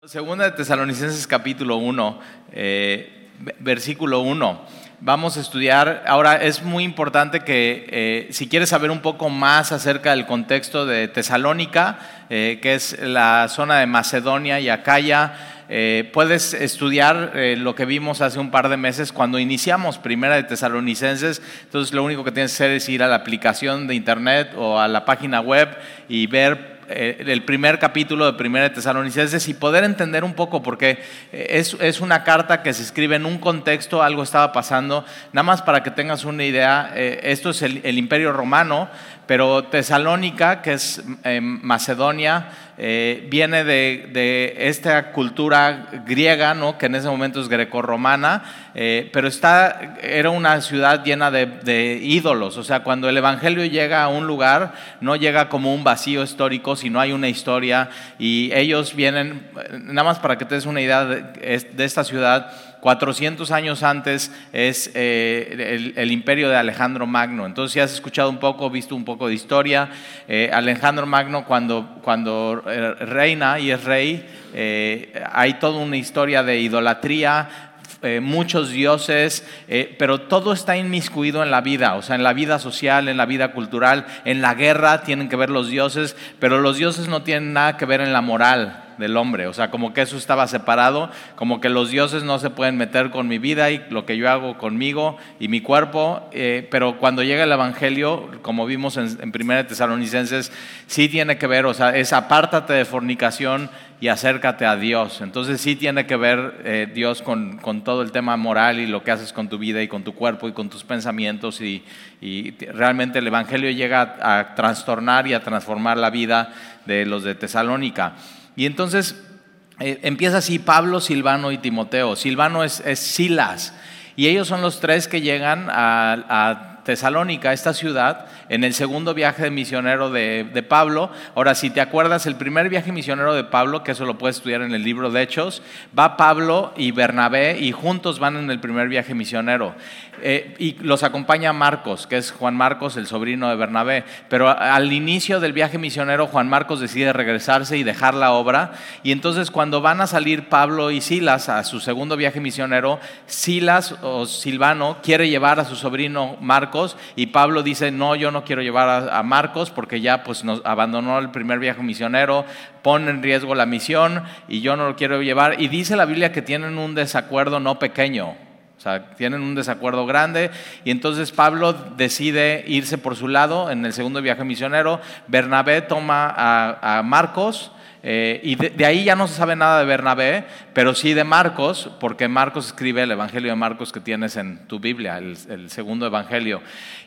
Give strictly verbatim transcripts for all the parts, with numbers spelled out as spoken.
Segunda de Tesalonicenses capítulo uno, eh, versículo uno. Vamos a estudiar, ahora es muy importante que eh, si quieres saber un poco más acerca del contexto de Tesalónica, eh, que es la zona de Macedonia y Acaya, eh, puedes estudiar eh, lo que vimos hace un par de meses cuando iniciamos Primera de Tesalonicenses. Entonces lo único que tienes que hacer es ir a la aplicación de internet o a la página web y ver el primer capítulo de Primera de Tesalonicenses y poder entender un poco, porque es, es una carta que se escribe en un contexto, algo estaba pasando. Nada más para que tengas una idea, eh, esto es el, el Imperio Romano, pero Tesalónica, que es eh, Macedonia, eh, viene de, de esta cultura griega, ¿no? Que en ese momento es grecorromana, eh, pero está, era una ciudad llena de, de ídolos. O sea, cuando el Evangelio llega a un lugar, no llega como un vacío histórico, sino hay una historia, y ellos vienen, nada más para que te des una idea de, de esta ciudad, cuatrocientos años antes es eh, el, el imperio de Alejandro Magno. Entonces, si has escuchado un poco, visto un poco de historia, eh, Alejandro Magno cuando, cuando reina y es rey, eh, hay toda una historia de idolatría, Eh, muchos dioses, eh, pero todo está inmiscuido en la vida, o sea, en la vida social, en la vida cultural, en la guerra tienen que ver los dioses, pero los dioses no tienen nada que ver en la moral del hombre. O sea, como que eso estaba separado, como que los dioses no se pueden meter con mi vida y lo que yo hago conmigo y mi cuerpo, eh, pero cuando llega el Evangelio, como vimos en, en Primera de Tesalonicenses, sí tiene que ver, o sea, es apártate de fornicación y acércate a Dios. Entonces sí tiene que ver eh, Dios con, con todo el tema moral y lo que haces con tu vida y con tu cuerpo y con tus pensamientos, y, y realmente el Evangelio llega a, a trastornar y a transformar la vida de los de Tesalónica. Y entonces eh, empieza así: Pablo, Silvano y Timoteo. Silvano es, es Silas, y ellos son los tres que llegan a, a Tesalónica, esta ciudad, en el segundo viaje de misionero de, de Pablo. Ahora, si te acuerdas, el primer viaje misionero de Pablo, que eso lo puedes estudiar en el libro de Hechos, va Pablo y Bernabé y juntos van en el primer viaje misionero. Eh, y los acompaña Marcos, que es Juan Marcos, el sobrino de Bernabé. Pero al inicio del viaje misionero, Juan Marcos decide regresarse y dejar la obra. Y entonces, cuando van a salir Pablo y Silas a su segundo viaje misionero, Silas o Silvano quiere llevar a su sobrino Marcos, y Pablo dice: no, yo no quiero llevar a, a Marcos porque ya pues nos abandonó el primer viaje misionero, pone en riesgo la misión y yo no lo quiero llevar. Y dice la Biblia que tienen un desacuerdo no pequeño, o sea, tienen un desacuerdo grande, y entonces Pablo decide irse por su lado en el segundo viaje misionero. Bernabé toma a, a Marcos, eh, y de, de ahí ya no se sabe nada de Bernabé, pero sí de Marcos, porque Marcos escribe el Evangelio de Marcos que tienes en tu Biblia, el, el segundo Evangelio.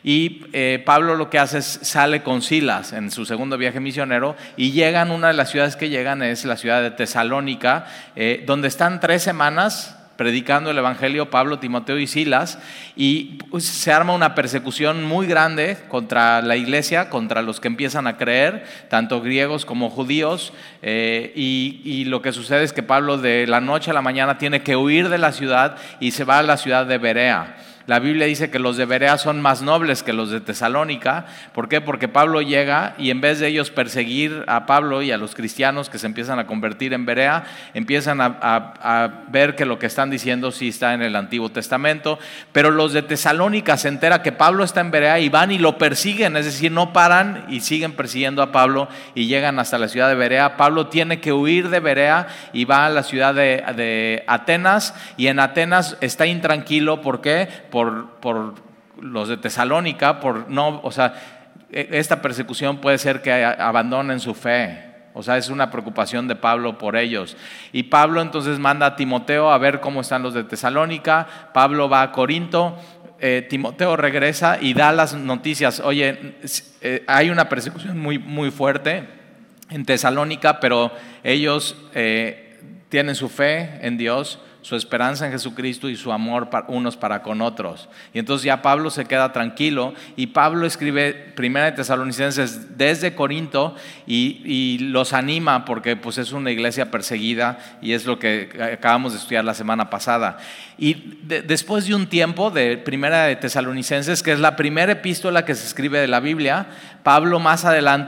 Y eh, Pablo lo que hace es sale con Silas en su segundo viaje misionero, y llegan, una de las ciudades que llegan es la ciudad de Tesalónica, eh, donde están tres semanas predicando el Evangelio, Pablo, Timoteo y Silas, y pues se arma una persecución muy grande contra la iglesia, contra los que empiezan a creer, tanto griegos como judíos, eh, y, y lo que sucede es que Pablo de la noche a la mañana tiene que huir de la ciudad y se va a la ciudad de Berea. La Biblia dice que los de Berea son más nobles que los de Tesalónica. ¿Por qué? Porque Pablo llega y en vez de ellos perseguir a Pablo y a los cristianos que se empiezan a convertir en Berea, empiezan a, a, a ver que lo que están diciendo sí está en el Antiguo Testamento. Pero los de Tesalónica se enteran que Pablo está en Berea y van y lo persiguen, es decir, no paran y siguen persiguiendo a Pablo y llegan hasta la ciudad de Berea. Pablo tiene que huir de Berea y va a la ciudad de, de Atenas, y en Atenas está intranquilo. ¿Por qué? Por, por los de Tesalónica, por no, o sea, esta persecución puede ser que abandonen su fe. O sea, es una preocupación de Pablo por ellos. Y Pablo entonces manda a Timoteo a ver cómo están los de Tesalónica. Pablo va a Corinto. Eh, Timoteo regresa y da las noticias: oye, eh, hay una persecución muy, muy fuerte en Tesalónica, pero ellos eh, tienen su fe en Dios, su esperanza en Jesucristo y su amor para unos para con otros. Y entonces ya Pablo se queda tranquilo, y Pablo escribe Primera de Tesalonicenses desde Corinto y, y los anima, porque pues es una iglesia perseguida, y es lo que acabamos de estudiar la semana pasada. Y de, después de un tiempo de Primera de Tesalonicenses, que es la primera epístola que se escribe de la Biblia, Pablo más adelante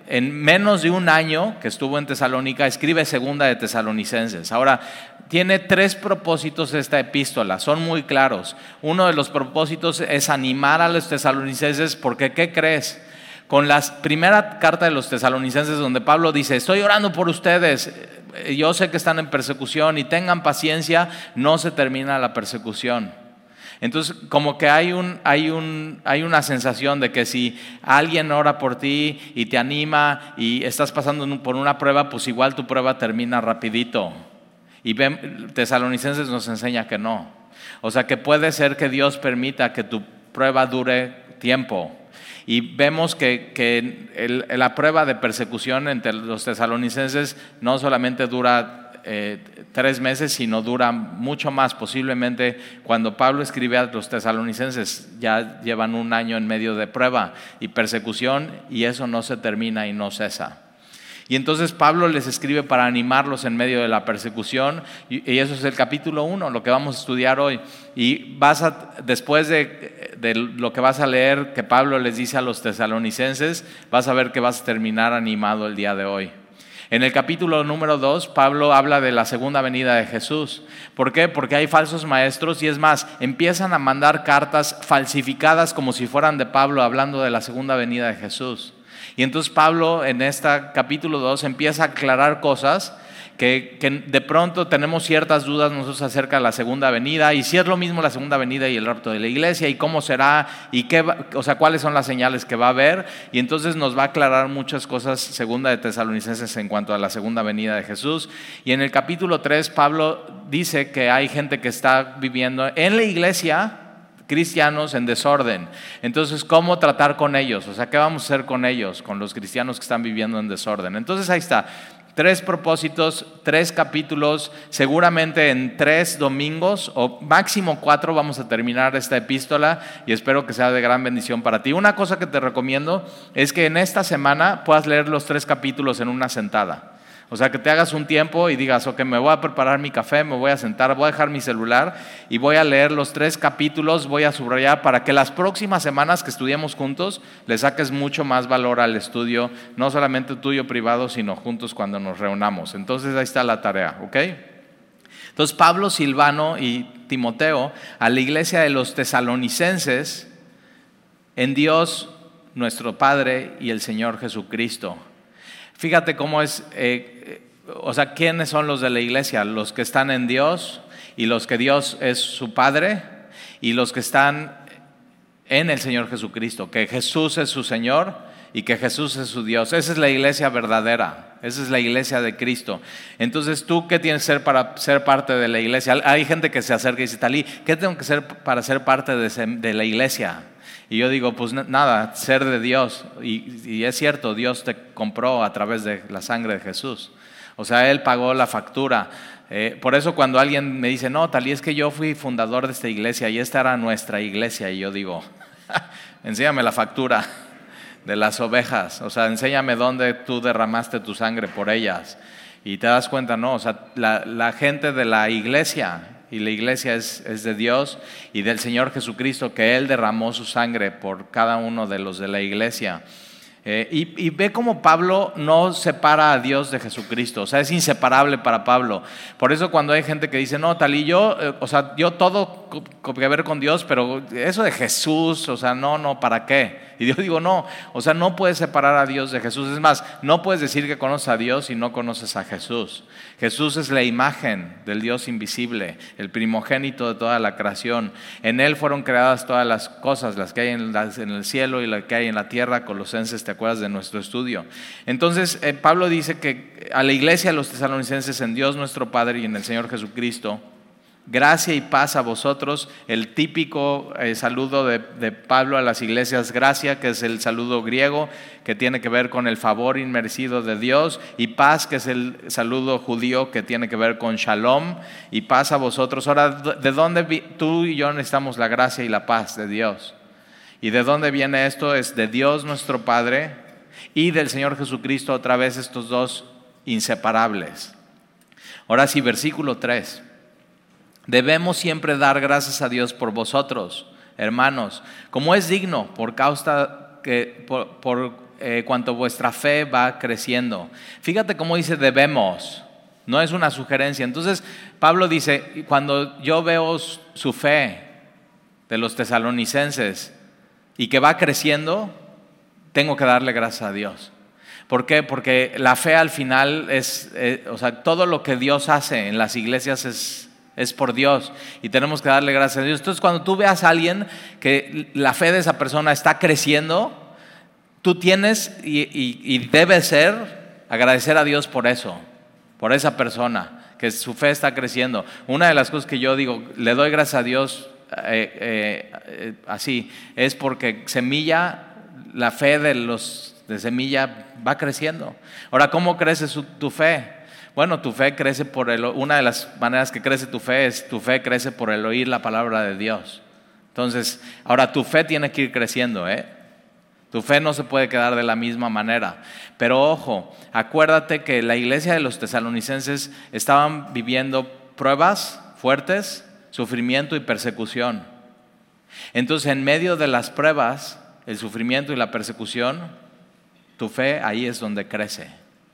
en menos de un año que estuvo en Tesalónica, escribe Segunda de Tesalonicenses. Ahora, tiene tres propósitos esta epístola, son muy claros. Uno de los propósitos es animar a los tesalonicenses, porque ¿qué crees? Con la primera carta de los tesalonicenses, donde Pablo dice, estoy orando por ustedes, yo sé que están en persecución y tengan paciencia, no se termina la persecución. Entonces, como que hay, un, hay, un, hay una sensación de que si alguien ora por ti y te anima y estás pasando por una prueba, pues igual tu prueba termina rapidito. Y ven, Tesalonicenses nos enseña que no. O sea, que puede ser que Dios permita que tu prueba dure tiempo. Y vemos que, que el, la prueba de persecución entre los tesalonicenses no solamente dura Eh, tres meses, sino dura mucho más. Posiblemente cuando Pablo escribe a los tesalonicenses ya llevan un año en medio de prueba y persecución, y eso no se termina y no cesa. Y entonces Pablo les escribe para animarlos en medio de la persecución, y, y eso es el capítulo uno, lo que vamos a estudiar hoy. Y vas a, después de, de lo que vas a leer que Pablo les dice a los tesalonicenses, vas a ver que vas a terminar animado el día de hoy. En el capítulo número dos, Pablo habla de la segunda venida de Jesús. ¿Por qué? Porque hay falsos maestros, y es más, empiezan a mandar cartas falsificadas como si fueran de Pablo, hablando de la segunda venida de Jesús. Y entonces Pablo en este capítulo dos empieza a aclarar cosas que, que de pronto tenemos ciertas dudas nosotros acerca de la segunda venida, y si es lo mismo la segunda venida y el rapto de la iglesia, y cómo será, y qué, o sea, cuáles son las señales que va a haber. Y entonces nos va a aclarar muchas cosas Segunda de Tesalonicenses en cuanto a la segunda venida de Jesús. Y en el capítulo tres, Pablo dice que hay gente que está viviendo en la iglesia, cristianos en desorden. Entonces, ¿cómo tratar con ellos? O sea, ¿qué vamos a hacer con ellos, con los cristianos que están viviendo en desorden? Entonces ahí está. Tres propósitos, tres capítulos, seguramente en tres domingos o máximo cuatro vamos a terminar esta epístola, y espero que sea de gran bendición para ti. Una cosa que te recomiendo es que en esta semana puedas leer los tres capítulos en una sentada. O sea, que te hagas un tiempo y digas, ok, me voy a preparar mi café, me voy a sentar, voy a dejar mi celular y voy a leer los tres capítulos, voy a subrayar para que las próximas semanas que estudiemos juntos le saques mucho más valor al estudio, no solamente tuyo privado, sino juntos cuando nos reunamos. Entonces ahí está la tarea, ¿ok? Entonces Pablo, Silvano y Timoteo a la iglesia de los tesalonicenses en Dios nuestro Padre y el Señor Jesucristo. Fíjate cómo es, eh, o sea, ¿quiénes son los de la iglesia? Los que están en Dios, y los que Dios es su Padre, y los que están en el Señor Jesucristo, que Jesús es su Señor y que Jesús es su Dios. Esa es la iglesia verdadera, esa es la iglesia de Cristo. Entonces, ¿tú qué tienes que ser para ser parte de la iglesia? Hay gente que se acerca y dice, Talí, ¿qué tengo que ser para ser parte de, ese, de la iglesia? Y yo digo, pues nada, ser de Dios. Y, y es cierto, Dios te compró a través de la sangre de Jesús. O sea, Él pagó la factura. Eh, por eso cuando alguien me dice, no, Talí, es que yo fui fundador de esta iglesia y esta era nuestra iglesia. Y yo digo, enséñame la factura de las ovejas. O sea, enséñame dónde tú derramaste tu sangre por ellas. Y te das cuenta, no, o sea, la, la gente de la iglesia... Y la iglesia es, es de Dios y del Señor Jesucristo, que Él derramó su sangre por cada uno de los de la iglesia. Eh, y, y ve cómo Pablo no separa a Dios de Jesucristo, o sea, es inseparable para Pablo. Por eso cuando hay gente que dice, no, Talí, yo, eh, o sea, yo todo que ver con Dios, pero eso de Jesús, o sea, no, no, ¿para qué? Y yo digo, no, o sea, no puedes separar a Dios de Jesús. Es más, no puedes decir que conoces a Dios y no conoces a Jesús. Jesús es la imagen del Dios invisible, el primogénito de toda la creación. En Él fueron creadas todas las cosas, las que hay en, las, en el cielo y las que hay en la tierra. Colosenses, ¿te acuerdas de nuestro estudio? Entonces, eh, Pablo dice que a la iglesia de los tesalonicenses, en Dios nuestro Padre y en el Señor Jesucristo, gracia y paz a vosotros. El típico eh, saludo de, de Pablo a las iglesias, gracia, que es el saludo griego, que tiene que ver con el favor inmerecido de Dios, y paz, que es el saludo judío, que tiene que ver con shalom, y paz a vosotros. Ahora, ¿de dónde vi- tú y yo necesitamos la gracia y la paz de Dios? ¿Y de dónde viene esto? Es de Dios nuestro Padre y del Señor Jesucristo, otra vez estos dos inseparables. Ahora sí, versículo tres. Debemos siempre dar gracias a Dios por vosotros, hermanos, como es digno, por causa que por, por eh, cuanto vuestra fe va creciendo. Fíjate cómo dice debemos, no es una sugerencia. Entonces Pablo dice, cuando yo veo su fe de los tesalonicenses y que va creciendo, tengo que darle gracias a Dios. ¿Por qué? Porque la fe al final es, eh, o sea, todo lo que Dios hace en las iglesias es, es por Dios y tenemos que darle gracias a Dios. Entonces cuando tú veas a alguien que la fe de esa persona está creciendo, tú tienes y, y, y debes ser agradecer a Dios por eso, por esa persona, que su fe está creciendo. Una de las cosas que yo digo, le doy gracias a Dios eh, eh, eh, así, es porque Semilla, la fe de los de Semilla va creciendo. Ahora, ¿cómo crece su, tu fe? Bueno, tu fe crece por el, una de las maneras que crece tu fe es tu fe crece por el oír la palabra de Dios. Entonces, ahora tu fe tiene que ir creciendo, ¿eh? Tu fe no se puede quedar de la misma manera. Pero ojo, acuérdate que la iglesia de los tesalonicenses estaban viviendo pruebas fuertes, sufrimiento y persecución. Entonces, en medio de las pruebas, el sufrimiento y la persecución, tu fe ahí es donde crece.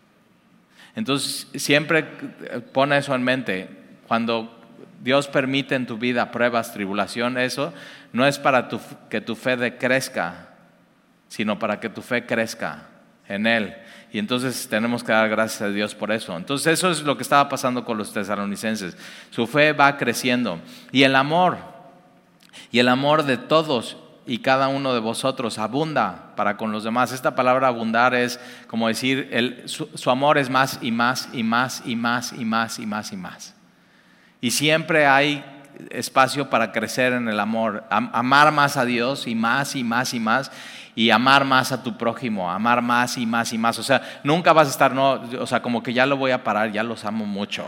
Entonces siempre pon eso en mente. Cuando Dios permite en tu vida pruebas, tribulación, eso no es para tu, que tu fe decrezca, sino para que tu fe crezca en Él. Y entonces tenemos que dar gracias a Dios por eso. Entonces eso es lo que estaba pasando con los tesalonicenses. Su fe va creciendo. Y el amor, y el amor de todos y cada uno de vosotros abunda para con los demás. Esta palabra abundar es como decir, el, su, su amor es más y más y más y más y más y más y más. Y siempre hay espacio para crecer en el amor, Am, amar más a Dios y más y más y más, y amar más a tu prójimo, amar más y más y más. O sea, nunca vas a estar, no, o sea, como que ya lo voy a parar, ya los amo mucho.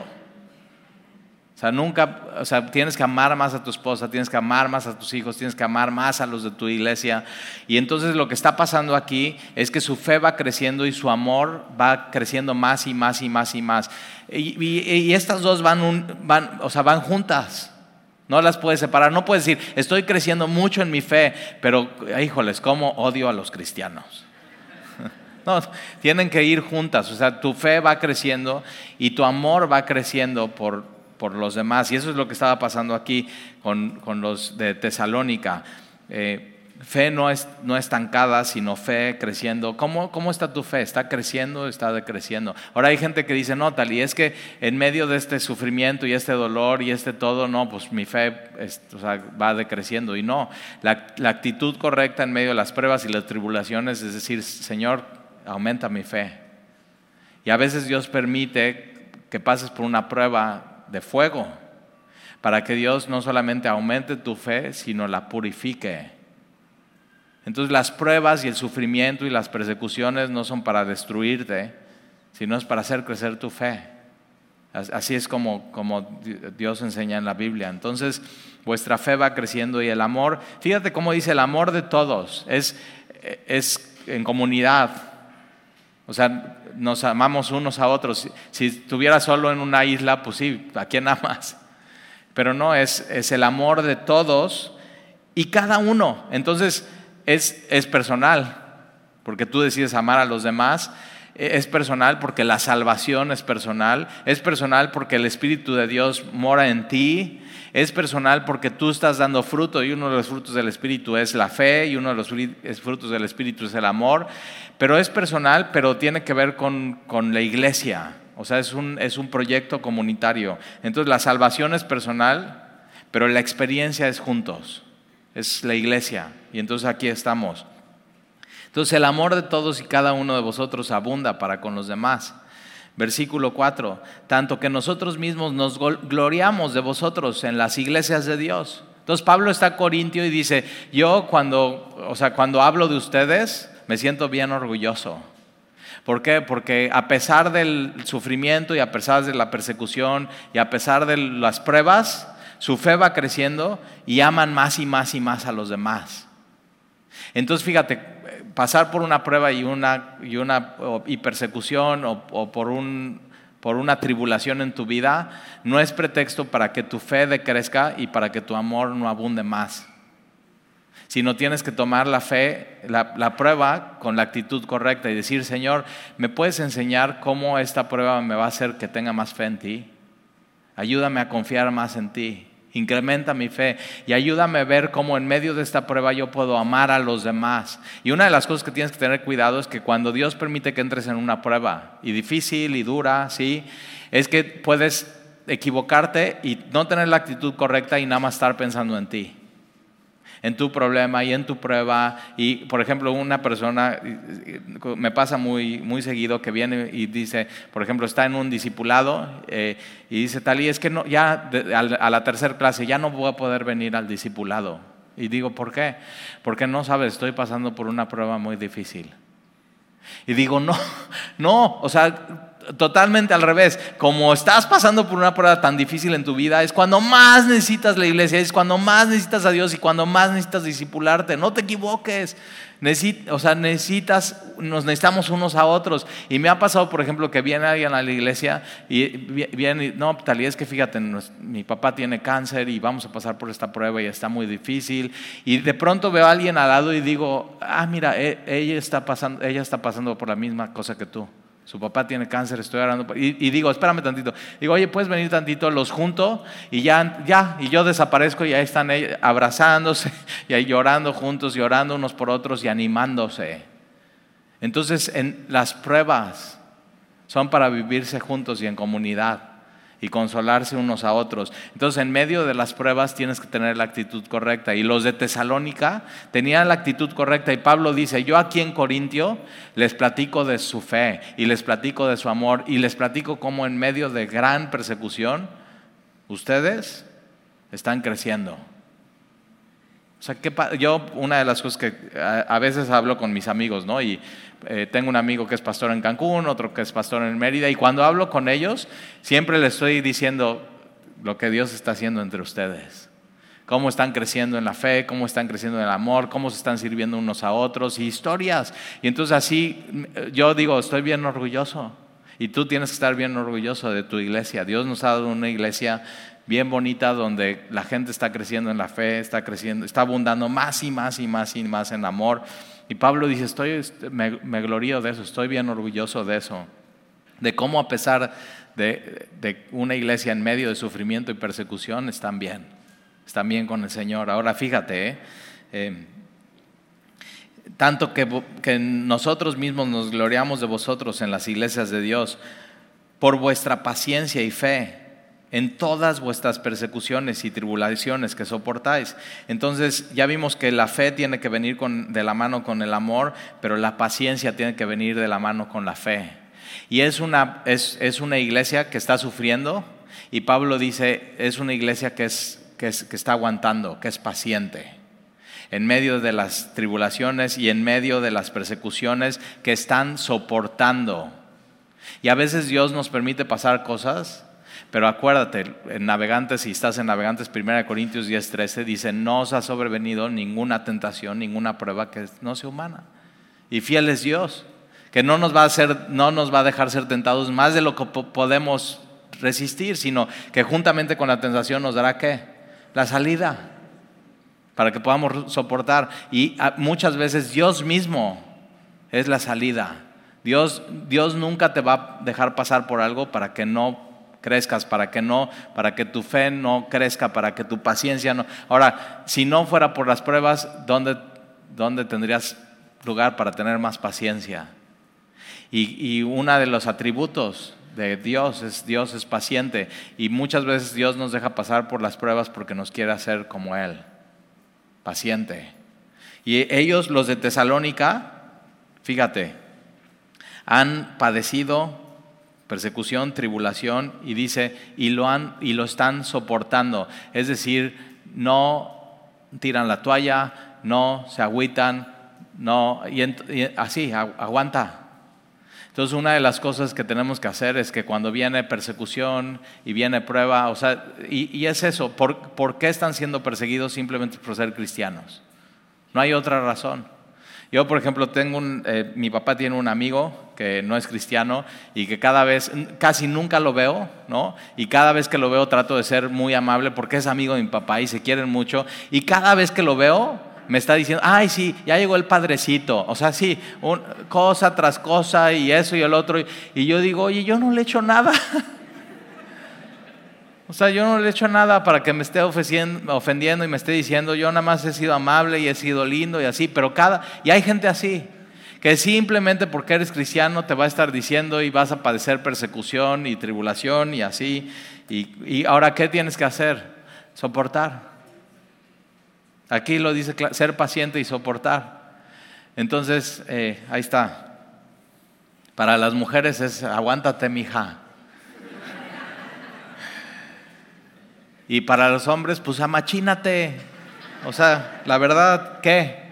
O sea, nunca, o sea, tienes que amar más a tu esposa, tienes que amar más a tus hijos, tienes que amar más a los de tu iglesia. Y entonces lo que está pasando aquí es que su fe va creciendo y su amor va creciendo más y más y más y más. Y, y, y estas dos van, un, van, o sea, van juntas. No las puedes separar. No puedes decir, estoy creciendo mucho en mi fe, pero, híjoles, cómo odio a los cristianos. No, tienen que ir juntas. O sea, tu fe va creciendo y tu amor va creciendo por por los demás. Y eso es lo que estaba pasando aquí con, con los de Tesalónica. Eh, fe no es no estancada, sino fe creciendo. ¿Cómo, ¿Cómo está tu fe? ¿Está creciendo o está decreciendo? Ahora hay gente que dice, no, tal, y es que en medio de este sufrimiento y este dolor y este todo, no, pues mi fe es, o sea, va decreciendo. Y no, la, la actitud correcta en medio de las pruebas y las tribulaciones es decir, Señor, aumenta mi fe. Y a veces Dios permite que pases por una prueba de fuego, para que Dios no solamente aumente tu fe, sino la purifique. Entonces las pruebas y el sufrimiento y las persecuciones no son para destruirte, sino es para hacer crecer tu fe. Así es como, como Dios enseña en la Biblia. Entonces vuestra fe va creciendo y el amor, fíjate cómo dice el amor de todos, es, es en comunidad. O sea, nos amamos unos a otros. Si estuvieras solo en una isla, pues sí, ¿a quién amas? Pero no, es, es el amor de todos y cada uno. Entonces es, es personal, porque tú decides amar a los demás. Es personal porque la salvación es personal. Es personal porque el Espíritu de Dios mora en ti. Es personal porque tú estás dando fruto y uno de los frutos del Espíritu es la fe y uno de los frutos del Espíritu es el amor. Pero es personal, pero tiene que ver con, con la iglesia. O sea, es un, es un proyecto comunitario. Entonces la salvación es personal, pero la experiencia es juntos. Es la iglesia. Y entonces aquí estamos. Entonces el amor de todos y cada uno de vosotros abunda para con los demás. Versículo cuatro, tanto que nosotros mismos nos gloriamos de vosotros en las iglesias de Dios. Entonces Pablo está en Corintio y dice, yo cuando, o sea, cuando hablo de ustedes me siento bien orgulloso. ¿Por qué? Porque a pesar del sufrimiento y a pesar de la persecución y a pesar de las pruebas, su fe va creciendo y aman más y más y más a los demás. Entonces fíjate, pasar por una prueba y una, y una y persecución o, o por, un, por una tribulación en tu vida no es pretexto para que tu fe decrezca y para que tu amor no abunde más. sino tienes que tomar la fe, la, la prueba con la actitud correcta y decir, Señor, ¿me puedes enseñar cómo esta prueba me va a hacer que tenga más fe en ti? Ayúdame a confiar más en ti, incrementa mi fe y ayúdame a ver cómo en medio de esta prueba yo puedo amar a los demás. Y una de las cosas que tienes que tener cuidado es que cuando Dios permite que entres en una prueba, y difícil y dura, ¿sí?, es que puedes equivocarte y no tener la actitud correcta y nada más estar pensando en ti, en tu problema y en tu prueba. Y por ejemplo, una persona, me pasa muy, muy seguido, que viene y dice, por ejemplo, está en un discipulado eh, y dice, Talí, es que no, ya de, a, a la tercera clase ya no voy a poder venir al discipulado. Y digo, ¿por qué? Porque no sabes, estoy pasando por una prueba muy difícil. Y digo, no, no, o sea, totalmente al revés. Como estás pasando por una prueba tan difícil en tu vida, es cuando más necesitas la iglesia, es cuando más necesitas a Dios y cuando más necesitas discipularte. No te equivoques. Necesita, o sea, necesitas, nos necesitamos unos a otros. Y me ha pasado, por ejemplo, que viene alguien a la iglesia y viene y no, Talía, es que fíjate, mi papá tiene cáncer y vamos a pasar por esta prueba y está muy difícil. Y de pronto veo a alguien al lado y digo, ah, mira, ella está pasando, ella está pasando por la misma cosa que tú. Su papá tiene cáncer, estoy orando por... y, y digo, espérame tantito. Digo, oye, ¿puedes venir tantito? Los junto y ya, ya, y yo desaparezco y ahí están ellos abrazándose y ahí llorando juntos y orando unos por otros y animándose. Entonces, en las pruebas son para vivirse juntos y en comunidad y consolarse unos a otros. Entonces, en medio de las pruebas tienes que tener la actitud correcta. Y los de Tesalónica tenían la actitud correcta. Y Pablo dice, yo aquí en Corintio les platico de su fe y les platico de su amor y les platico cómo en medio de gran persecución ustedes están creciendo. O sea, que yo, una de las cosas que a, a veces hablo con mis amigos, ¿no? Y eh, tengo un amigo que es pastor en Cancún, otro que es pastor en Mérida, y cuando hablo con ellos, siempre les estoy diciendo lo que Dios está haciendo entre ustedes. Cómo están creciendo en la fe, cómo están creciendo en el amor, cómo se están sirviendo unos a otros, y historias. Y entonces así, yo digo, estoy bien orgulloso. Y tú tienes que estar bien orgulloso de tu iglesia. Dios nos ha dado una iglesia bien bonita donde la gente está creciendo en la fe, está creciendo, está abundando más y más y más y más en amor. Y Pablo dice, estoy, me, me glorío de eso, estoy bien orgulloso de eso, de cómo a pesar de, de una iglesia en medio de sufrimiento y persecución están bien, están bien con el Señor. Ahora fíjate, eh, eh, tanto que, que nosotros mismos nos gloriamos de vosotros en las iglesias de Dios por vuestra paciencia y fe en todas vuestras persecuciones y tribulaciones que soportáis. Entonces ya vimos que la fe tiene que venir con, de la mano con el amor, pero la paciencia tiene que venir de la mano con la fe. Y es una, es, es una iglesia que está sufriendo, y Pablo dice, es una iglesia que, es, que, es, que está aguantando, que es paciente en medio de las tribulaciones y en medio de las persecuciones, que están soportando. Y a veces Dios nos permite pasar cosas, pero acuérdate, en Navegantes, si estás en Navegantes, primera Corintios diez trece, dice, no os ha sobrevenido ninguna tentación, ninguna prueba que no sea humana. Y fiel es Dios, que no nos va a hacer, no nos va a dejar ser tentados más de lo que po- podemos resistir, sino que juntamente con la tentación nos dará ¿qué? La salida, para que podamos soportar. Y muchas veces Dios mismo es la salida. Dios, Dios nunca te va a dejar pasar por algo para que no crezcas, para que no, para que tu fe no crezca, para que tu paciencia no. Ahora, si no fuera por las pruebas, ¿dónde, dónde tendrías lugar para tener más paciencia? Y, y uno de los atributos de Dios es Dios es paciente, y muchas veces Dios nos deja pasar por las pruebas porque nos quiere hacer como Él, paciente. Y ellos, los de Tesalónica, fíjate, han padecido persecución, tribulación, y dice, y lo han y lo están soportando. Es decir, no tiran la toalla, no se agüitan, no, y, ent, y así, aguanta. Entonces, una de las cosas que tenemos que hacer es que cuando viene persecución y viene prueba, o sea, y, y es eso, ¿por, ¿por qué están siendo perseguidos? Simplemente por ser cristianos. No hay otra razón. Yo, por ejemplo, tengo un, eh, mi papá tiene un amigo que no es cristiano y que cada vez, casi nunca lo veo, ¿no? Y cada vez que lo veo trato de ser muy amable porque es amigo de mi papá y se quieren mucho. Y cada vez que lo veo, me está diciendo, ay sí, ya llegó el padrecito, o sea, sí, un, cosa tras cosa y eso y el otro, y, y yo digo, oye, yo no le he hecho nada. O sea, yo no le he hecho nada para que me esté ofendiendo y me esté diciendo, yo nada más he sido amable y he sido lindo y así, pero cada, y hay gente así, que simplemente porque eres cristiano te va a estar diciendo y vas a padecer persecución y tribulación y así, y, y ahora ¿qué tienes que hacer? Soportar. Aquí lo dice, ser paciente y soportar. Entonces, eh, ahí está. Para las mujeres es, aguántate, mija. Y para los hombres, pues amachínate. O sea, la verdad, ¿qué?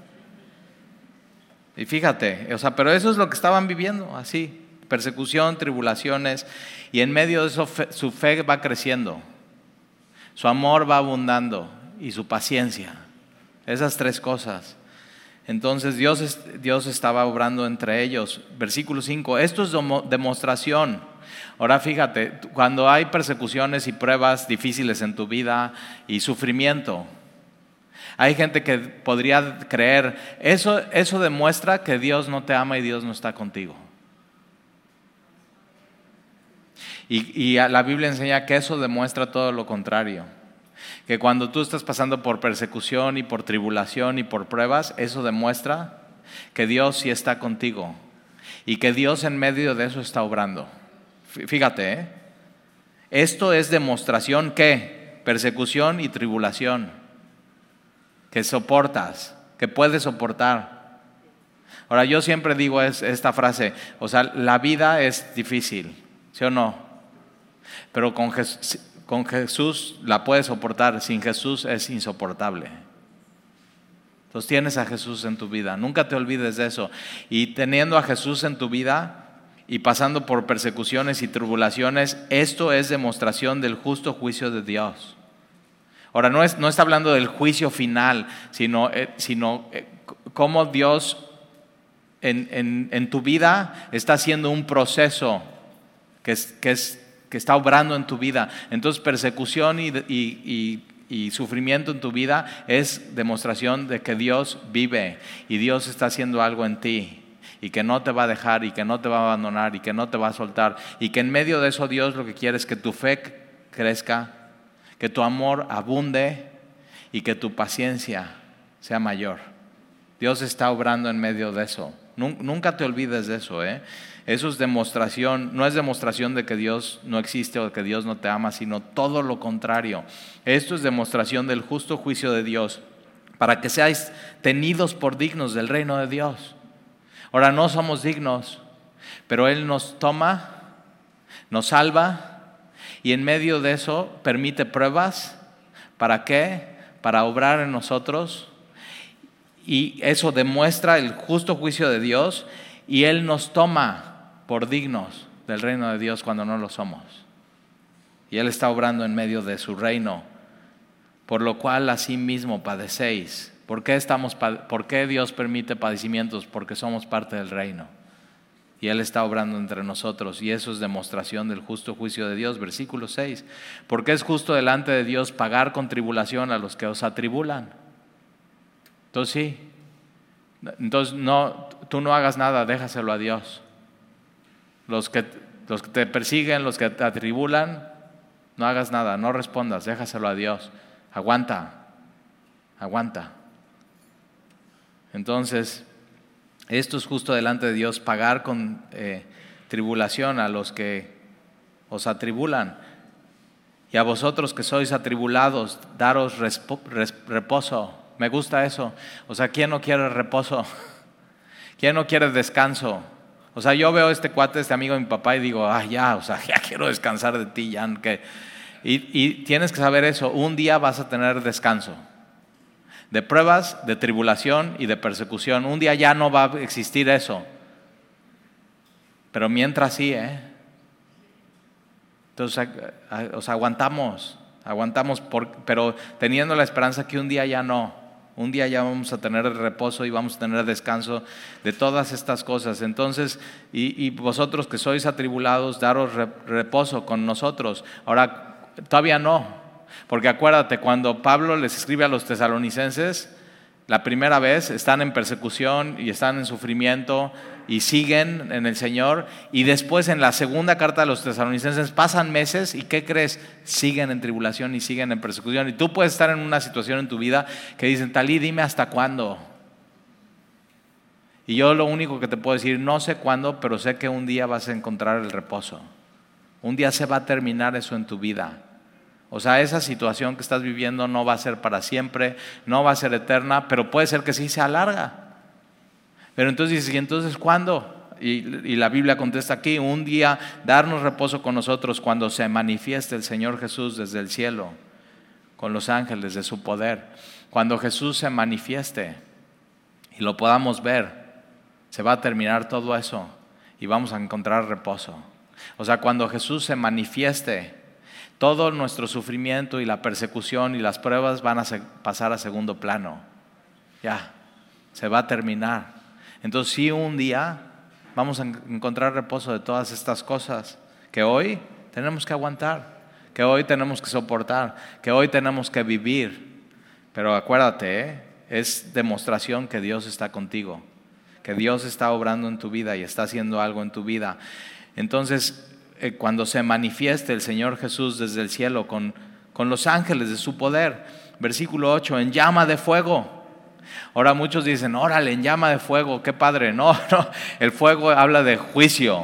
Y fíjate, o sea, pero eso es lo que estaban viviendo, así. Persecución, tribulaciones. Y en medio de eso fe, su fe va creciendo. Su amor va abundando. Y su paciencia. Esas tres cosas. Entonces Dios, Dios estaba obrando entre ellos. Versículo cinco. Esto es demostración. Ahora fíjate, cuando hay persecuciones y pruebas difíciles en tu vida y sufrimiento, hay gente que podría creer, eso, eso demuestra que Dios no te ama y Dios no está contigo. Y, y la Biblia enseña que eso demuestra todo lo contrario. Que cuando tú estás pasando por persecución y por tribulación y por pruebas, eso demuestra que Dios sí está contigo y que Dios en medio de eso está obrando. Fíjate, ¿eh? Esto es demostración que persecución y tribulación, que soportas, que puedes soportar. Ahora yo siempre digo es, esta frase, o sea, la vida es difícil, ¿sí o no? Pero con Jesús, con Jesús la puedes soportar, sin Jesús es insoportable. Entonces tienes a Jesús en tu vida, nunca te olvides de eso. Y teniendo a Jesús en tu vida y pasando por persecuciones y tribulaciones, esto es demostración del justo juicio de Dios. Ahora, no, es, no está hablando del juicio final, sino, eh, sino eh, cómo Dios en, en, en tu vida está haciendo un proceso que, es, que, es, que está obrando en tu vida. Entonces, persecución y, y, y, y sufrimiento en tu vida es demostración de que Dios vive y Dios está haciendo algo en ti. Y que no te va a dejar y que no te va a abandonar y que no te va a soltar. Y que en medio de eso Dios lo que quiere es que tu fe crezca, que tu amor abunde y que tu paciencia sea mayor. Dios está obrando en medio de eso. Nunca te olvides de eso, ¿eh? Eso es demostración, no es demostración de que Dios no existe o de que Dios no te ama, sino todo lo contrario. Esto es demostración del justo juicio de Dios para que seáis tenidos por dignos del reino de Dios. Ahora no somos dignos, pero Él nos toma, nos salva y en medio de eso permite pruebas. ¿Para qué? Para obrar en nosotros y eso demuestra el justo juicio de Dios y Él nos toma por dignos del reino de Dios cuando no lo somos. Y Él está obrando en medio de su reino, por lo cual asimismo padecéis. ¿Por qué, estamos, ¿Por qué Dios permite padecimientos? Porque somos parte del reino. Y Él está obrando entre nosotros. Y eso es demostración del justo juicio de Dios. Versículo seis. Porque es justo delante de Dios pagar con tribulación a los que os atribulan. Entonces sí. Entonces no, tú no hagas nada, déjaselo a Dios. Los que, los que te persiguen, los que te atribulan, no hagas nada, no respondas, déjaselo a Dios. Aguanta, aguanta. Entonces, esto es justo delante de Dios, pagar con eh, tribulación a los que os atribulan. Y a vosotros que sois atribulados, daros respo, res, reposo. Me gusta eso. O sea, ¿quién no quiere reposo? ¿Quién no quiere descanso? O sea, yo veo a este cuate, este amigo de mi papá y digo, ah, ya, o sea, ya quiero descansar de ti, ya. Que... Y, y tienes que saber eso, un día vas a tener descanso. De pruebas, de tribulación y de persecución. Un día ya no va a existir eso. Pero mientras sí, ¿eh? Entonces, o sea, aguantamos, aguantamos, por, pero teniendo la esperanza que un día ya no. Un día ya vamos a tener reposo y vamos a tener descanso de todas estas cosas. Entonces, y, y vosotros que sois atribulados, daros reposo con nosotros. Ahora, todavía no. Porque acuérdate, cuando Pablo les escribe a los tesalonicenses, la primera vez están en persecución y están en sufrimiento y siguen en el Señor, y después en la segunda carta de los Tesalonicenses pasan meses y ¿qué crees? Siguen en tribulación y siguen en persecución. Y tú puedes estar en una situación en tu vida que dicen, Talí, dime hasta cuándo. Y yo lo único que te puedo decir, no sé cuándo, pero sé que un día vas a encontrar el reposo. Un día se va a terminar eso en tu vida. O sea, esa situación que estás viviendo no va a ser para siempre, no va a ser eterna, pero puede ser que sí se alarga. Pero entonces dices, ¿y entonces cuándo? Y, y la Biblia contesta aquí, un día darnos reposo con nosotros cuando se manifieste el Señor Jesús desde el cielo, con los ángeles de su poder. Cuando Jesús se manifieste y lo podamos ver, se va a terminar todo eso y vamos a encontrar reposo. O sea, cuando Jesús se manifieste, todo nuestro sufrimiento y la persecución y las pruebas van a pasar a segundo plano. Ya, se va a terminar. Entonces sí, un día vamos a encontrar reposo de todas estas cosas que hoy tenemos que aguantar, que hoy tenemos que soportar, que hoy tenemos que vivir. Pero acuérdate, ¿eh? Es demostración que Dios está contigo, que Dios está obrando en tu vida y está haciendo algo en tu vida. Entonces, eh, cuando se manifieste el Señor Jesús desde el cielo con, con los ángeles de su poder, versículo ocho, en llama de fuego. Ahora muchos dicen, órale, en llama de fuego, qué padre. No, no, el fuego habla de juicio.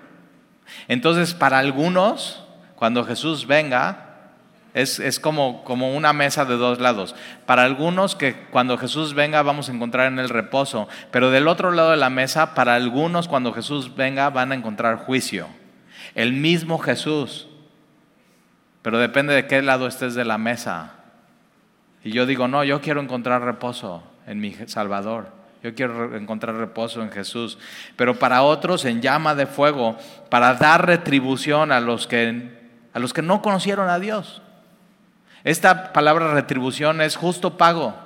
Entonces, para algunos, cuando Jesús venga, es, es como, como una mesa de dos lados. Para algunos, que cuando Jesús venga vamos a encontrar en el reposo, pero del otro lado de la mesa, para algunos, cuando Jesús venga van a encontrar juicio. El mismo Jesús, pero depende de qué lado estés de la mesa. Y yo digo, no, yo quiero encontrar reposo en mi Salvador. Yo quiero encontrar reposo en Jesús. Pero para otros, en llama de fuego, para dar retribución a los que, a los que no conocieron a Dios. Esta palabra retribución es justo pago.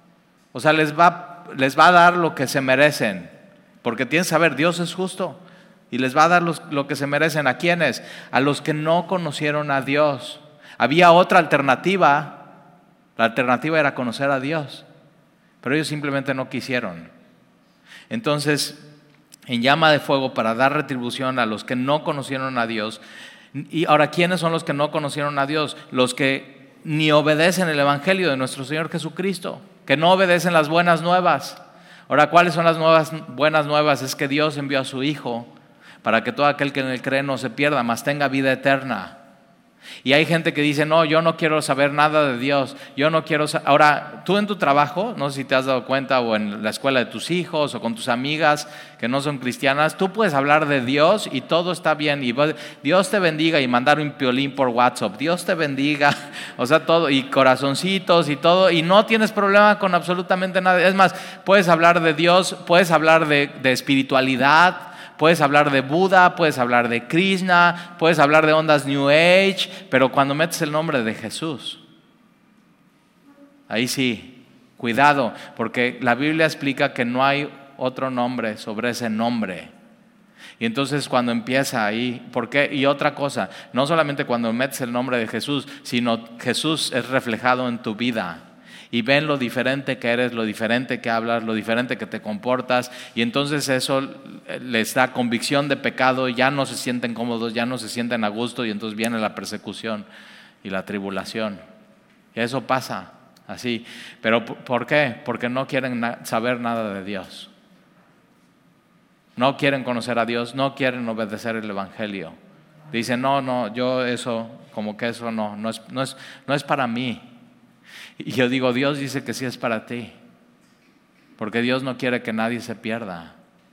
O sea, les va, les va a dar lo que se merecen. Porque tienen que saber, Dios es justo. Y les va a dar los, lo que se merecen. ¿A quiénes? A los que no conocieron a Dios. Había otra alternativa. La alternativa era conocer a Dios. Pero ellos simplemente no quisieron. Entonces, en llama de fuego para dar retribución a los que no conocieron a Dios. Y ahora, ¿quiénes son los que no conocieron a Dios? Los que ni obedecen el evangelio de nuestro Señor Jesucristo, que no obedecen las buenas nuevas. Ahora, ¿cuáles son las nuevas, buenas nuevas? Es que Dios envió a su Hijo para que todo aquel que en él cree no se pierda, mas tenga vida eterna. Y hay gente que dice, no, yo no quiero saber nada de Dios, yo no quiero sa-". Ahora, tú en tu trabajo, no sé si te has dado cuenta, o en la escuela de tus hijos, o con tus amigas que no son cristianas, tú puedes hablar de Dios y todo está bien, y Dios te bendiga, y mandar un piolín por WhatsApp, Dios te bendiga, o sea, todo, y corazoncitos y todo, y no tienes problema con absolutamente nada. Es más, puedes hablar de Dios, puedes hablar de, de espiritualidad, puedes hablar de Buda, puedes hablar de Krishna, puedes hablar de ondas New Age, pero cuando metes el nombre de Jesús, ahí sí, cuidado, porque la Biblia explica que no hay otro nombre sobre ese nombre. Y entonces cuando empieza ahí, ¿por qué? Y otra cosa, no solamente cuando metes el nombre de Jesús, sino Jesús es reflejado en tu vida. Y ven lo diferente que eres, lo diferente que hablas, lo diferente que te comportas, y entonces eso les da convicción de pecado, ya no se sienten cómodos, ya no se sienten a gusto, y entonces viene la persecución y la tribulación. Y eso pasa así. ¿Pero por qué? Porque no quieren na- saber nada de Dios. No quieren conocer a Dios, no quieren obedecer el evangelio. Dicen, no, no, yo eso, como que eso no, no es, no es, no es para mí. Y yo digo, Dios dice que sí es para ti, porque Dios no quiere que nadie se pierda.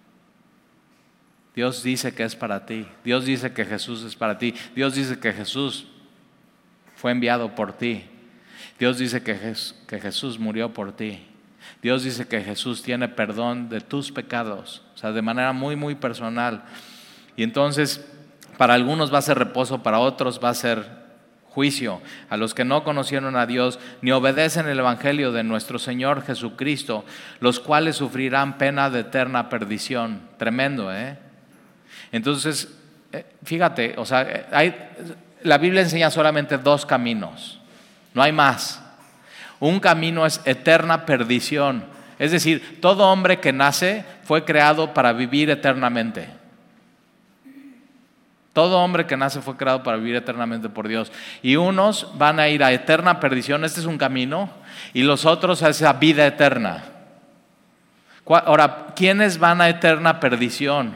Dios dice que es para ti. Dios dice que Jesús es para ti. Dios dice que Jesús fue enviado por ti. Dios dice que, Jes- que Jesús murió por ti. Dios dice que Jesús tiene perdón de tus pecados, o sea, de manera muy, muy personal. Y entonces, para algunos va a ser reposo, para otros va a ser juicio. A los que no conocieron a Dios ni obedecen el evangelio de nuestro Señor Jesucristo, los cuales sufrirán pena de eterna perdición. Tremendo, ¿eh? Entonces, fíjate, o sea, hay, la Biblia enseña solamente dos caminos, no hay más. Un camino es eterna perdición, Es decir, todo hombre que nace fue creado para vivir eternamente. Todo hombre que nace fue creado para vivir eternamente por Dios. Y unos van a ir a eterna perdición, este es un camino, y los otros a esa vida eterna. Ahora, ¿quiénes van a eterna perdición?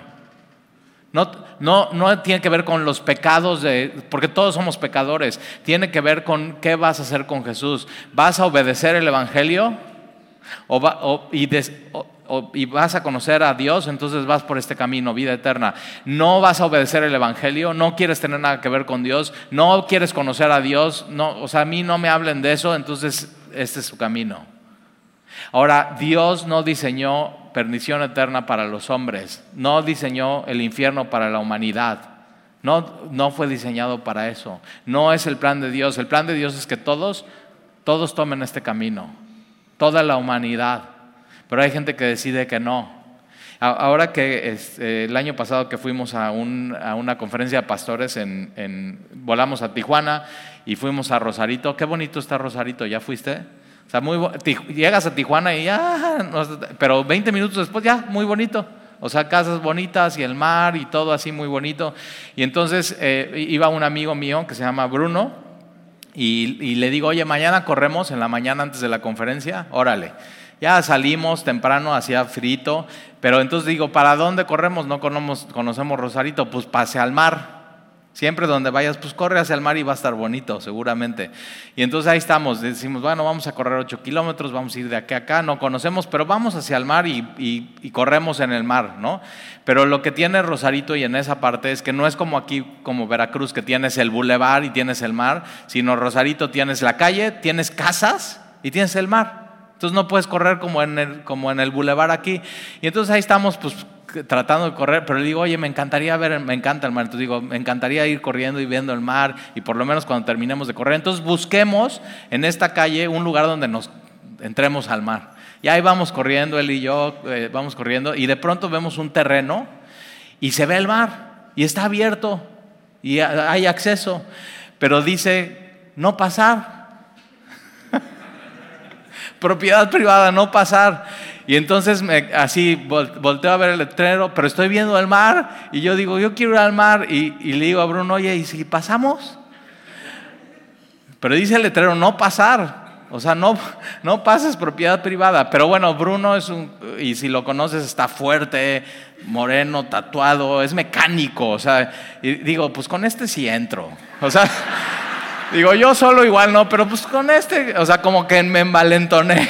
No, no, no tiene que ver con los pecados, de, porque todos somos pecadores. Tiene que ver con qué vas a hacer con Jesús. ¿Vas a obedecer el Evangelio? O, va, o, y, des, o, o, y vas a conocer a Dios, entonces vas por este camino, vida eterna. No vas a obedecer el Evangelio, no quieres tener nada que ver con Dios, no quieres conocer a Dios, no, o sea, a mí no me hablen de eso, entonces este es su camino. Ahora, Dios no diseñó perdición eterna para los hombres, no diseñó el infierno para la humanidad, no, no fue diseñado para eso, no es el plan de Dios. El plan de Dios es que todos, todos tomen este camino, toda la humanidad, pero hay gente que decide que no. Ahora que este, el año pasado que fuimos a, un, a una conferencia de pastores, en, en, volamos a Tijuana y fuimos a Rosarito. Qué bonito está Rosarito, ¿ya fuiste? O sea, muy, llegas a Tijuana y ya, pero veinte minutos después ya, muy bonito. O sea, casas bonitas y el mar y todo así muy bonito. Y entonces eh, iba un amigo mío que se llama Bruno y, y le digo, oye, mañana corremos en la mañana antes de la conferencia, órale. Ya salimos temprano, hacía frito, pero entonces digo, ¿para dónde corremos? No conocemos, conocemos Rosarito, pues pase al mar. Siempre donde vayas, pues corre hacia el mar y va a estar bonito, seguramente. Y entonces ahí estamos, decimos, bueno, vamos a correr ocho kilómetros, vamos a ir de aquí a acá, no conocemos, pero vamos hacia el mar y, y, y corremos en el mar, ¿no? Pero lo que tiene Rosarito y en esa parte es que no es como aquí, como Veracruz, que tienes el bulevar y tienes el mar, sino Rosarito tienes la calle, tienes casas y tienes el mar. Entonces no puedes correr como en el, como en el bulevar aquí. Y entonces ahí estamos, pues, tratando de correr, pero le digo, oye, me encantaría ver, me encanta el mar. Entonces digo, me encantaría ir corriendo y viendo el mar, y por lo menos cuando terminemos de correr. Entonces busquemos en esta calle un lugar donde nos entremos al mar. Y ahí vamos corriendo, él y yo, eh, vamos corriendo, y de pronto vemos un terreno y se ve el mar, y está abierto, y hay acceso, pero dice, no pasar. Propiedad privada, no pasar. Y entonces me, así volteo a ver el letrero, pero estoy viendo el mar y yo digo, yo quiero ir al mar, y, y le digo a Bruno, oye, ¿y si pasamos? Pero dice el letrero, no pasar, o sea, no, no pases, propiedad privada. Pero bueno, Bruno es un, y si lo conoces, está fuerte, moreno, tatuado, es mecánico, o sea, y digo, pues con este sí entro, o sea... Digo, yo solo igual no, pero pues con este, o sea, como que me envalentoné.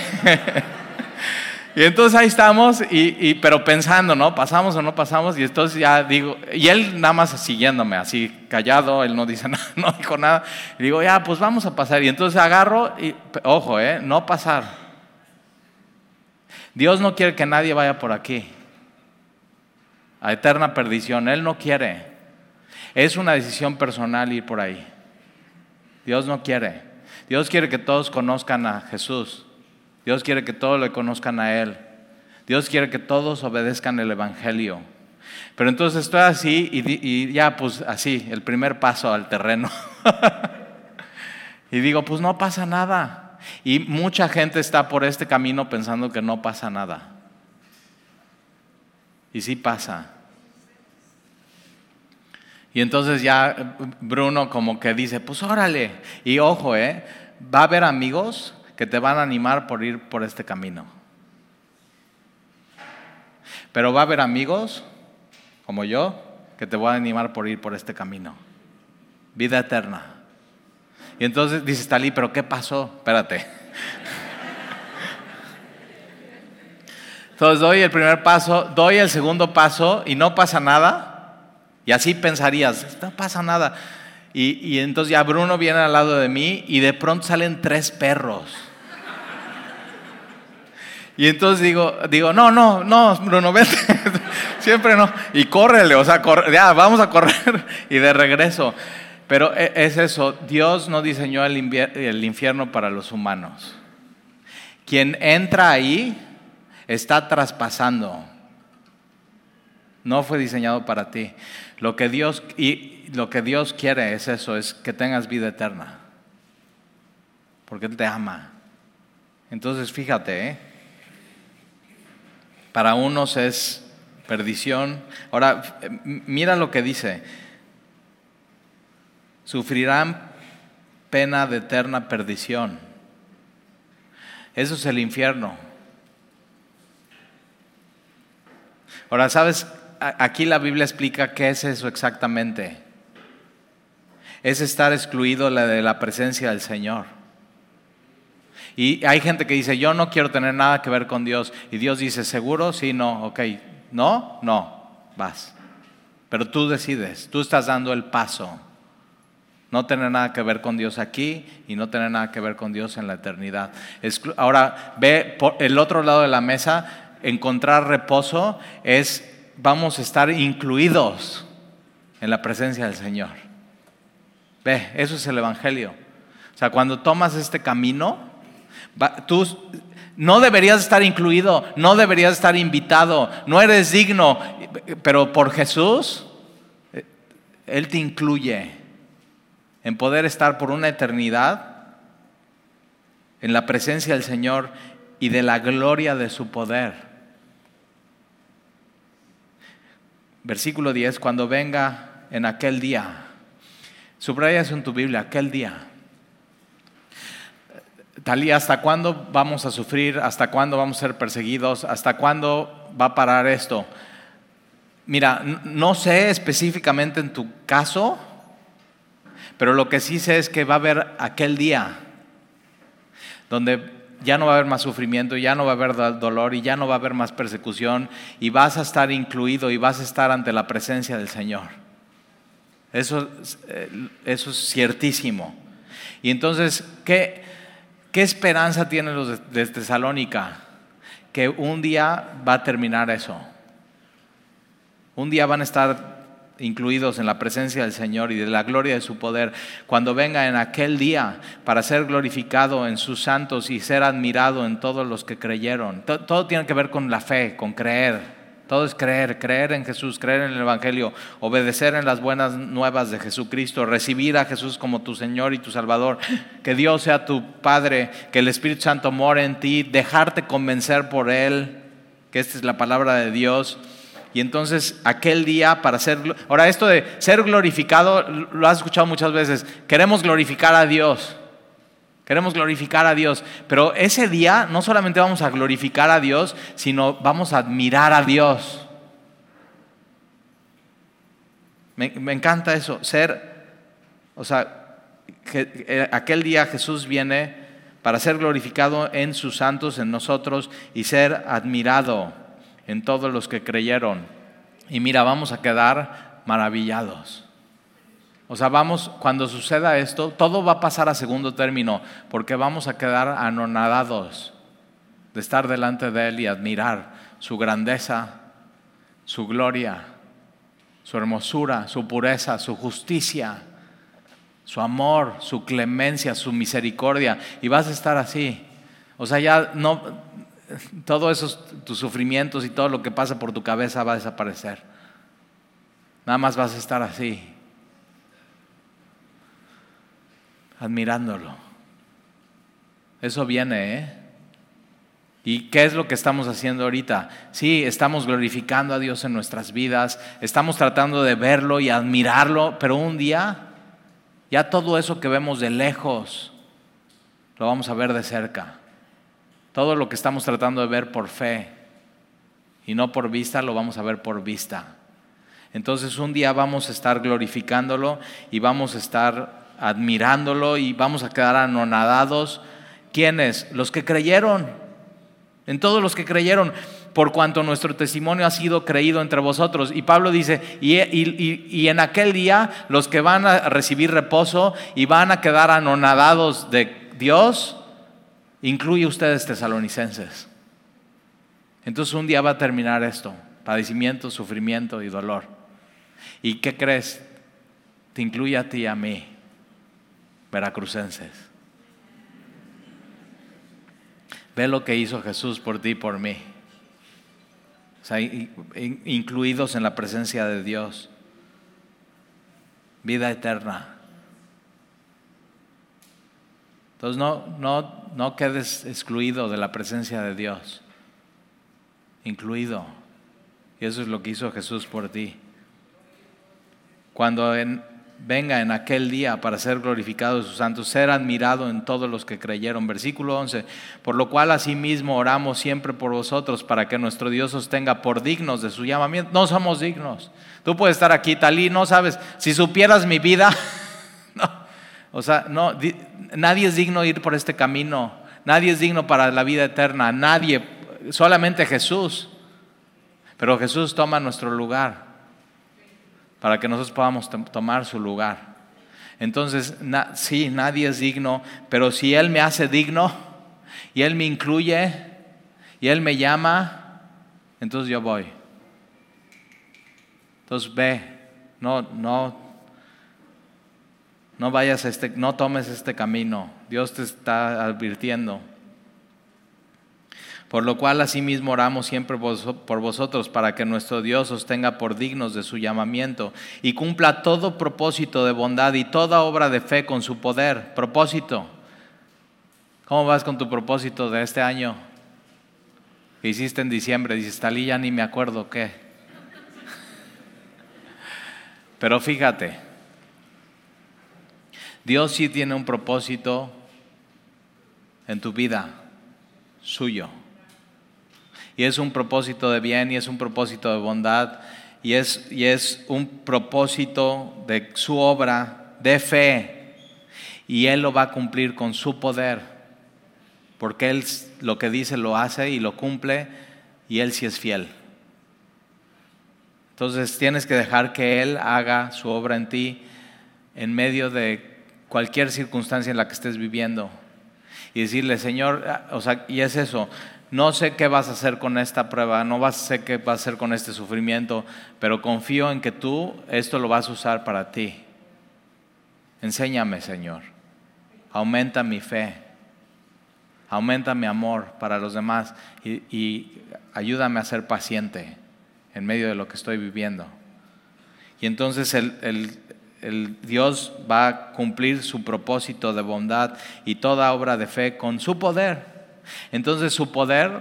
Y entonces ahí estamos, y, y, pero pensando, ¿no? ¿Pasamos o no pasamos? Y entonces ya digo, y él nada más siguiéndome, así callado, él no dice nada, no dijo nada. Y digo, ya, pues vamos a pasar. Y entonces agarro, y ojo, ¿eh? No pasar. Dios no quiere que nadie vaya por aquí a eterna perdición. Él no quiere. Es una decisión personal ir por ahí. Dios no quiere. Dios quiere que todos conozcan a Jesús. Dios quiere que todos le conozcan a Él. Dios quiere que todos obedezcan el Evangelio. Pero entonces estoy así y, y ya pues así, el primer paso al terreno. Y digo, pues no pasa nada. Y mucha gente está por este camino pensando que no pasa nada. Y sí pasa. Y entonces ya Bruno como que dice, pues órale. Y ojo, eh, va a haber amigos que te van a animar por ir por este camino. Pero va a haber amigos, como yo, que te van a animar por ir por este camino. Vida eterna. Y entonces dices, Talí, ¿pero qué pasó? Espérate. Entonces doy el primer paso, doy el segundo paso y no pasa nada. Y así pensarías, no pasa nada. Y, y entonces ya Bruno viene al lado de mí y de pronto salen tres perros. Y entonces digo, digo no, no, no, Bruno, vete. Siempre no. Y córrele, o sea, corre, ya, vamos a correr. Y de regreso. Pero es eso, Dios no diseñó el, invier- el infierno para los humanos. Quien entra ahí está traspasando. No fue diseñado para ti. Lo que Dios, y lo que Dios quiere es eso, es que tengas vida eterna. Porque Él te ama. Entonces fíjate, ¿eh? Para unos es perdición. Ahora, mira lo que dice. Sufrirán pena de eterna perdición. Eso es el infierno. Ahora, ¿sabes? Aquí la Biblia explica qué es eso exactamente. Es estar excluido de la presencia del Señor. Y hay gente que dice, yo no quiero tener nada que ver con Dios. Y Dios dice, ¿seguro? Sí, no, ok. ¿No? No, vas. Pero tú decides, tú estás dando el paso. No tener nada que ver con Dios aquí y no tener nada que ver con Dios en la eternidad. Ahora, ve por el otro lado de la mesa, encontrar reposo es, vamos a estar incluidos en la presencia del Señor. Ve, eso es el Evangelio. O sea, cuando tomas este camino, tú no deberías estar incluido, no deberías estar invitado, no eres digno, pero por Jesús, Él te incluye en poder estar por una eternidad en la presencia del Señor y de la gloria de su poder. Versículo diez, cuando venga en aquel día, subraya eso en tu Biblia, aquel día. Talía, ¿hasta cuándo vamos a sufrir? ¿Hasta cuándo vamos a ser perseguidos? ¿Hasta cuándo va a parar esto? Mira, no sé específicamente en tu caso, pero lo que sí sé es que va a haber aquel día donde ya no va a haber más sufrimiento, ya no va a haber dolor y ya no va a haber más persecución y vas a estar incluido y vas a estar ante la presencia del Señor. Eso, eso es ciertísimo. Y entonces, ¿qué, qué esperanza tienen los de, de Tesalónica? Que un día va a terminar eso. Un día van a estar incluidos en la presencia del Señor y de la gloria de su poder, cuando venga en aquel día para ser glorificado en sus santos y ser admirado en todos los que creyeron. Todo, todo tiene que ver con la fe, con creer. Todo es creer, creer en Jesús, creer en el Evangelio, obedecer en las buenas nuevas de Jesucristo, recibir a Jesús como tu Señor y tu Salvador, que Dios sea tu Padre, que el Espíritu Santo more en ti, dejarte convencer por Él, que esta es la palabra de Dios. Y entonces aquel día para ser, ahora esto de ser glorificado, lo has escuchado muchas veces, queremos glorificar a Dios, queremos glorificar a Dios, pero ese día no solamente vamos a glorificar a Dios, sino vamos a admirar a Dios. Me, me encanta eso, ser, o sea, que, aquel día Jesús viene para ser glorificado en sus santos, en nosotros, y ser admirado en todos los que creyeron. Y mira, vamos a quedar maravillados. O sea, vamos, cuando suceda esto, todo va a pasar a segundo término, porque vamos a quedar anonadados de estar delante de Él y admirar su grandeza, su gloria, su hermosura, su pureza, su justicia, su amor, su clemencia, su misericordia. Y vas a estar así. O sea, ya no... todos esos tus sufrimientos y todo lo que pasa por tu cabeza va a desaparecer. Nada más vas a estar así, admirándolo. Eso viene, ¿eh? ¿Y qué es lo que estamos haciendo ahorita? Sí, estamos glorificando a Dios en nuestras vidas, estamos tratando de verlo y admirarlo, pero un día ya todo eso que vemos de lejos lo vamos a ver de cerca. Todo lo que estamos tratando de ver por fe y no por vista, lo vamos a ver por vista. Entonces un día vamos a estar glorificándolo y vamos a estar admirándolo y vamos a quedar anonadados. ¿Quiénes? Los que creyeron. En todos los que creyeron, por cuanto nuestro testimonio ha sido creído entre vosotros. Y Pablo dice, y, y, y, y en aquel día los que van a recibir reposo y van a quedar anonadados de Dios, incluye ustedes tesalonicenses. Entonces un día va a terminar esto, padecimiento, sufrimiento y dolor. ¿Y qué crees? Te incluye a ti y a mí, veracrucenses. Ve lo que hizo Jesús por ti y por mí. O sea, incluidos en la presencia de Dios. Vida eterna. Entonces no, no, no quedes excluido de la presencia de Dios. incluido. Y eso es lo que hizo Jesús por ti. Cuando en, venga en aquel día para ser glorificado de sus santos, ser admirado en todos los que creyeron. Versículo once, por lo cual asimismo oramos siempre por vosotros, para que nuestro Dios os tenga por dignos de su llamamiento. No somos dignos. Tú puedes estar aquí, Talí, no sabes, si supieras mi vida, no, o sea, no, di, nadie es digno de ir por este camino, nadie es digno para la vida eterna, nadie, solamente Jesús. Pero Jesús toma nuestro lugar, para que nosotros podamos tomar su lugar. Entonces, na, sí, nadie es digno, pero si Él me hace digno, y Él me incluye, y Él me llama, entonces yo voy. Entonces ve, no, no, no vayas a este, no tomes este camino. Dios te está advirtiendo. Por lo cual asimismo oramos siempre por vosotros, para que nuestro Dios os tenga por dignos de su llamamiento y cumpla todo propósito de bondad y toda obra de fe con su poder. Propósito. ¿Cómo vas con tu propósito de este año? Que hiciste en diciembre. Dices, Talí, ya ni me acuerdo qué. Pero fíjate, Dios sí tiene un propósito en tu vida, suyo. Y es un propósito de bien y es un propósito de bondad y es, y es un propósito de su obra de fe, y Él lo va a cumplir con su poder, porque Él lo que dice lo hace y lo cumple, y Él sí es fiel. Entonces tienes que dejar que Él haga su obra en ti en medio de cualquier circunstancia en la que estés viviendo, y decirle, Señor, o sea, y es eso. No sé qué vas a hacer con esta prueba, no vas a sé qué vas a hacer con este sufrimiento, pero confío en que tú esto lo vas a usar para ti. Enséñame, Señor. Aumenta mi fe. Aumenta mi amor para los demás y, y ayúdame a ser paciente en medio de lo que estoy viviendo. Y entonces el, el, el Dios va a cumplir su propósito de bondad y toda obra de fe con su poder. Entonces su poder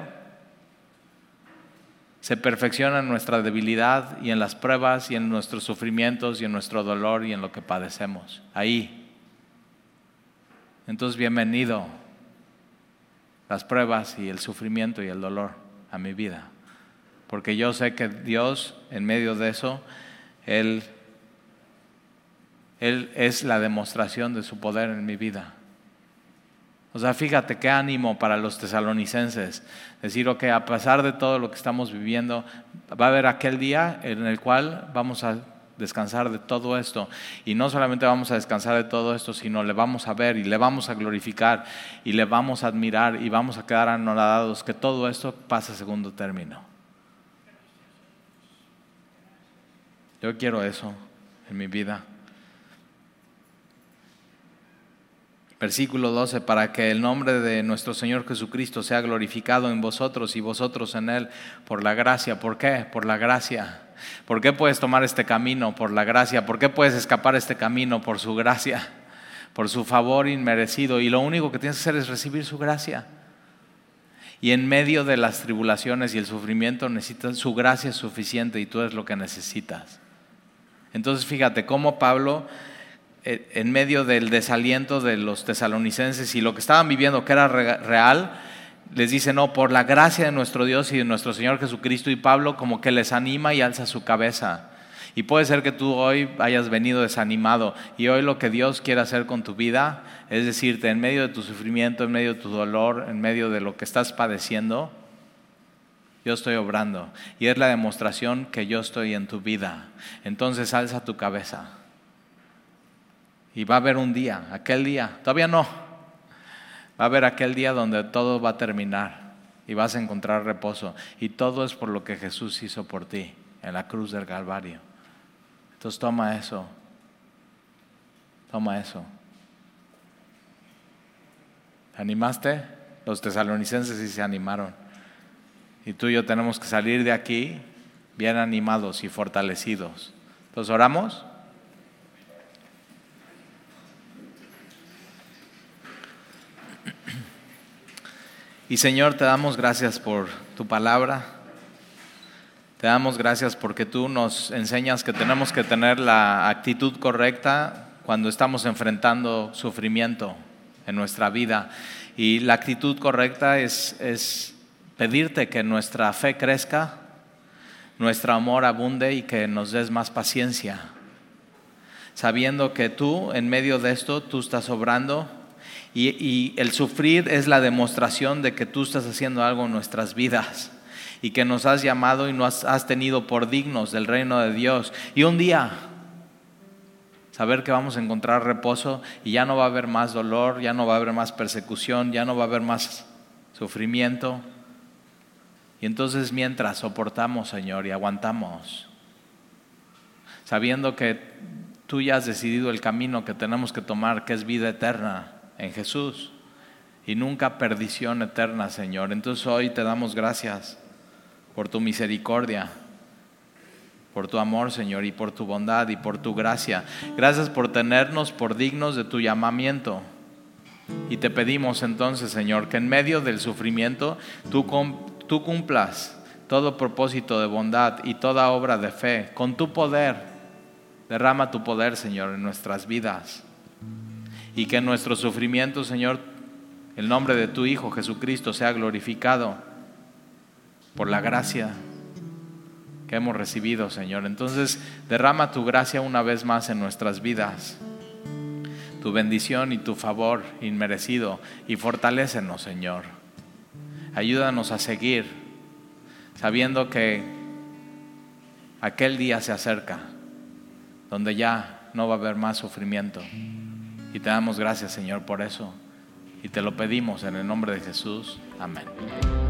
se perfecciona en nuestra debilidad y en las pruebas y en nuestros sufrimientos y en nuestro dolor y en lo que padecemos. Ahí. Entonces bienvenido las pruebas y el sufrimiento y el dolor a mi vida. Porque yo sé que Dios en medio de eso, Él, Él es la demostración de su poder en mi vida. O sea, fíjate qué ánimo para los tesalonicenses. Decir, ok, a pesar de todo lo que estamos viviendo, va a haber aquel día en el cual vamos a descansar de todo esto. Y no solamente vamos a descansar de todo esto, sino le vamos a ver y le vamos a glorificar y le vamos a admirar y vamos a quedar anonadados que todo esto pasa a segundo término. Yo quiero eso en mi vida. Versículo doce, para que el nombre de nuestro Señor Jesucristo sea glorificado en vosotros y vosotros en Él por la gracia. ¿Por qué? Por la gracia. ¿Por qué puedes tomar este camino? Por la gracia. ¿Por qué puedes escapar este camino? Por su gracia, por su favor inmerecido. Y lo único que tienes que hacer es recibir su gracia. Y en medio de las tribulaciones y el sufrimiento necesitas su gracia es suficiente y tú eres lo que necesitas. Entonces fíjate cómo Pablo, en medio del desaliento de los tesalonicenses y lo que estaban viviendo que era real, les dice, no, por la gracia de nuestro Dios y de nuestro Señor Jesucristo. Y Pablo como que les anima y alza su cabeza. Y puede ser que tú hoy hayas venido desanimado, y hoy lo que Dios quiere hacer con tu vida es decirte, en medio de tu sufrimiento, en medio de tu dolor, en medio de lo que estás padeciendo, yo estoy obrando, y es la demostración que yo estoy en tu vida. Entonces alza tu cabeza. Y va a haber un día, aquel día, todavía no, va a haber aquel día donde todo va a terminar y vas a encontrar reposo. Y todo es por lo que Jesús hizo por ti en la cruz del Calvario. Entonces toma eso, toma eso. ¿Te animaste? Los tesalonicenses sí se animaron. Y tú y yo tenemos que salir de aquí bien animados y fortalecidos. Entonces, ¿oramos? Y Señor, te damos gracias por tu palabra. Te damos gracias porque tú nos enseñas que tenemos que tener la actitud correcta cuando estamos enfrentando sufrimiento en nuestra vida. Y la actitud correcta es, es pedirte que nuestra fe crezca, nuestro amor abunde y que nos des más paciencia, sabiendo que tú, en medio de esto, tú estás obrando y, y el sufrir es la demostración de que tú estás haciendo algo en nuestras vidas y que nos has llamado y nos has tenido por dignos del reino de Dios. Y un día saber que vamos a encontrar reposo y ya no va a haber más dolor, ya no va a haber más persecución, ya no va a haber más sufrimiento. Y entonces mientras soportamos, Señor, y aguantamos, sabiendo que tú ya has decidido el camino que tenemos que tomar, que es vida eterna en Jesús y nunca perdición eterna, Señor. Entonces hoy te damos gracias por tu misericordia, por tu amor, Señor, y por tu bondad y por tu gracia. Gracias por tenernos por dignos de tu llamamiento. Y te pedimos entonces, Señor, que en medio del sufrimiento tú, tú cumplas todo propósito de bondad y toda obra de fe con tu poder. Derrama tu poder, Señor, en nuestras vidas. Y que en nuestro sufrimiento, Señor, el nombre de tu Hijo Jesucristo sea glorificado por la gracia que hemos recibido, Señor. Entonces, derrama tu gracia una vez más en nuestras vidas, tu bendición y tu favor inmerecido, y fortalécenos, Señor. Ayúdanos a seguir, sabiendo que aquel día se acerca, donde ya no va a haber más sufrimiento. Y te damos gracias, Señor, por eso. Y te lo pedimos en el nombre de Jesús. Amén.